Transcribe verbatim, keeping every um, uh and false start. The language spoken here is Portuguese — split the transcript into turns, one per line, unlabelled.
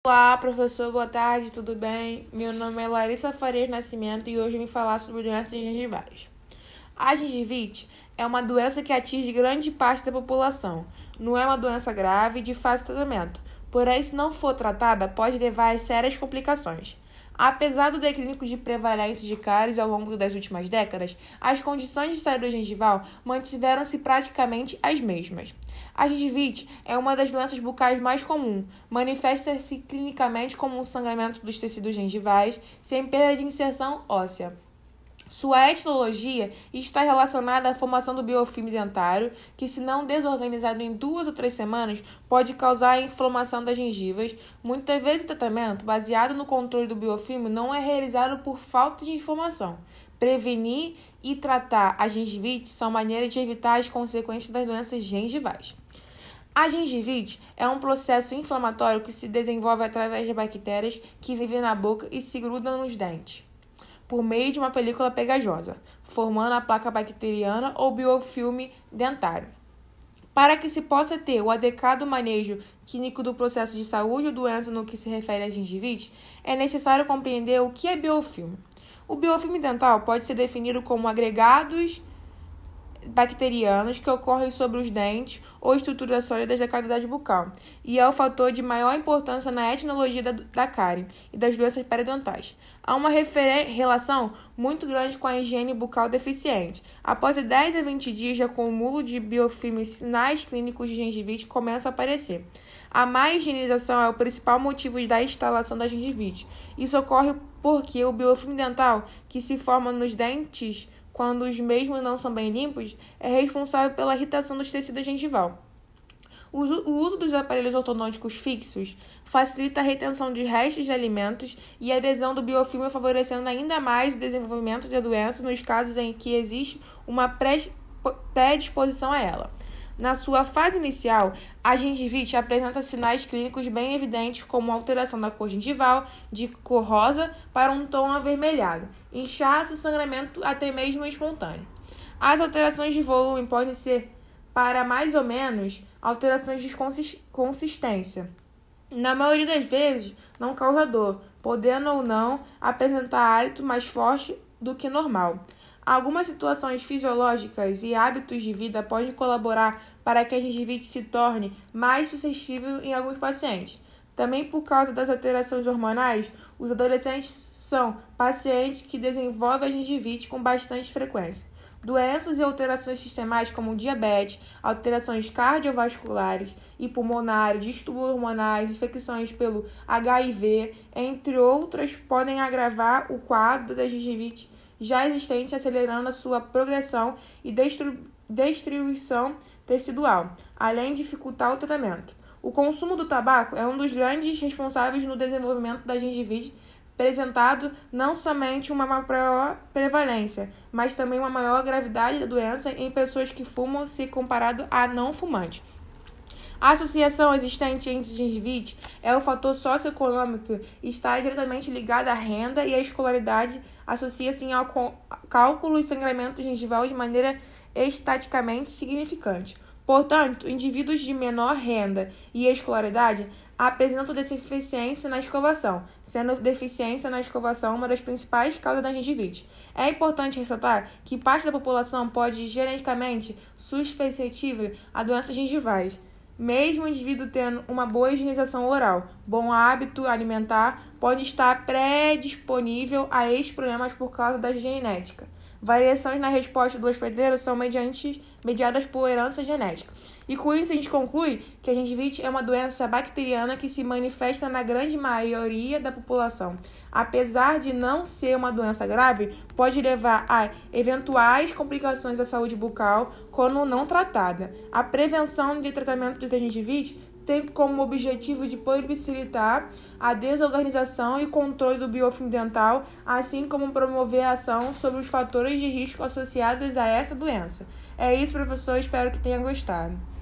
Olá, professor, boa tarde, tudo bem? Meu nome é Larissa Farias Nascimento e hoje eu vim falar sobre doenças gengivais. A gengivite é uma doença que atinge grande parte da população. Não é uma doença grave e de fácil tratamento, porém, se não for tratada, pode levar a sérias complicações. Apesar do declínio de prevalência de cáries ao longo das últimas décadas, as condições de saúde gengival mantiveram-se praticamente as mesmas. A gengivite é uma das doenças bucais mais comuns, manifesta-se clinicamente como um sangramento dos tecidos gengivais, sem perda de inserção óssea. Sua etiologia está relacionada à formação do biofilme dentário, que, se não desorganizado em duas ou três semanas, pode causar a inflamação das gengivas. Muitas vezes o tratamento, baseado no controle do biofilme, não é realizado por falta de informação. Prevenir e tratar a gengivite são maneiras de evitar as consequências das doenças gengivais. A gengivite é um processo inflamatório que se desenvolve através de bactérias que vivem na boca e se grudam nos dentes, por meio de uma película pegajosa, formando a placa bacteriana ou biofilme dentário. Para que se possa ter o adequado manejo clínico do processo de saúde ou doença no que se refere à gengivite, é necessário compreender o que é biofilme. O biofilme dental pode ser definido como agregados bacterianos que ocorrem sobre os dentes ou estruturas sólidas da cavidade bucal, e é o fator de maior importância na etnologia da, da cárie e das doenças periodontais. Há uma relação muito grande com a higiene bucal deficiente. Após dez a vinte dias de acúmulo de biofilme, sinais clínicos de gengivite começam a aparecer. A má higienização é o principal motivo da instalação da gengivite. Isso ocorre porque o biofilme dental, que se forma nos dentes quando os mesmos não são bem limpos, é responsável pela irritação dos tecidos gengival. O uso dos aparelhos ortodônticos fixos facilita a retenção de restos de alimentos e a adesão do biofilme, favorecendo ainda mais o desenvolvimento da doença nos casos em que existe uma predisposição a ela. Na sua fase inicial, a gengivite apresenta sinais clínicos bem evidentes, como alteração da cor gengival, de cor rosa para um tom avermelhado, inchaço, sangramento até mesmo espontâneo. As alterações de volume podem ser, para mais ou menos, alterações de consistência. Na maioria das vezes, não causa dor, podendo ou não apresentar hálito mais forte do que normal. Algumas situações fisiológicas e hábitos de vida podem colaborar para que a gengivite se torne mais suscetível em alguns pacientes. Também por causa das alterações hormonais, os adolescentes são pacientes que desenvolvem a gengivite com bastante frequência. Doenças e alterações sistemáticas como diabetes, alterações cardiovasculares e pulmonares, distúrbios hormonais, infecções pelo H I V, entre outras, podem agravar o quadro da gengivite já existente, acelerando a sua progressão e destru- destruição tecidual, além de dificultar o tratamento. O consumo do tabaco é um dos grandes responsáveis no desenvolvimento da gengivite, apresentado não somente uma maior prevalência, mas também uma maior gravidade da doença em pessoas que fumam se comparado a não fumantes. A associação existente entre gengivite é o fator socioeconômico e está diretamente ligada à renda e à escolaridade, associa-se ao cálculo e sangramento gengival de maneira estatisticamente significante. Portanto, indivíduos de menor renda e escolaridade apresentam deficiência na escovação, sendo deficiência na escovação uma das principais causas da gengivite. É importante ressaltar que parte da população pode geneticamente suscetível a doenças gengivais. Mesmo o indivíduo tendo uma boa higienização oral, bom hábito alimentar, pode estar predisponível a estes problemas por causa da genética. Variações na resposta do hospedeiro são mediante, mediadas por herança genética. E com isso a gente conclui que a gengivite é uma doença bacteriana que se manifesta na grande maioria da população. Apesar de não ser uma doença grave, pode levar a eventuais complicações da saúde bucal quando não tratada. A prevenção de tratamento da gengivite tem como objetivo de possibilitar a desorganização e controle do biofilme dental, assim como promover a ação sobre os fatores de risco associados a essa doença. É isso, professor. Espero que tenha gostado.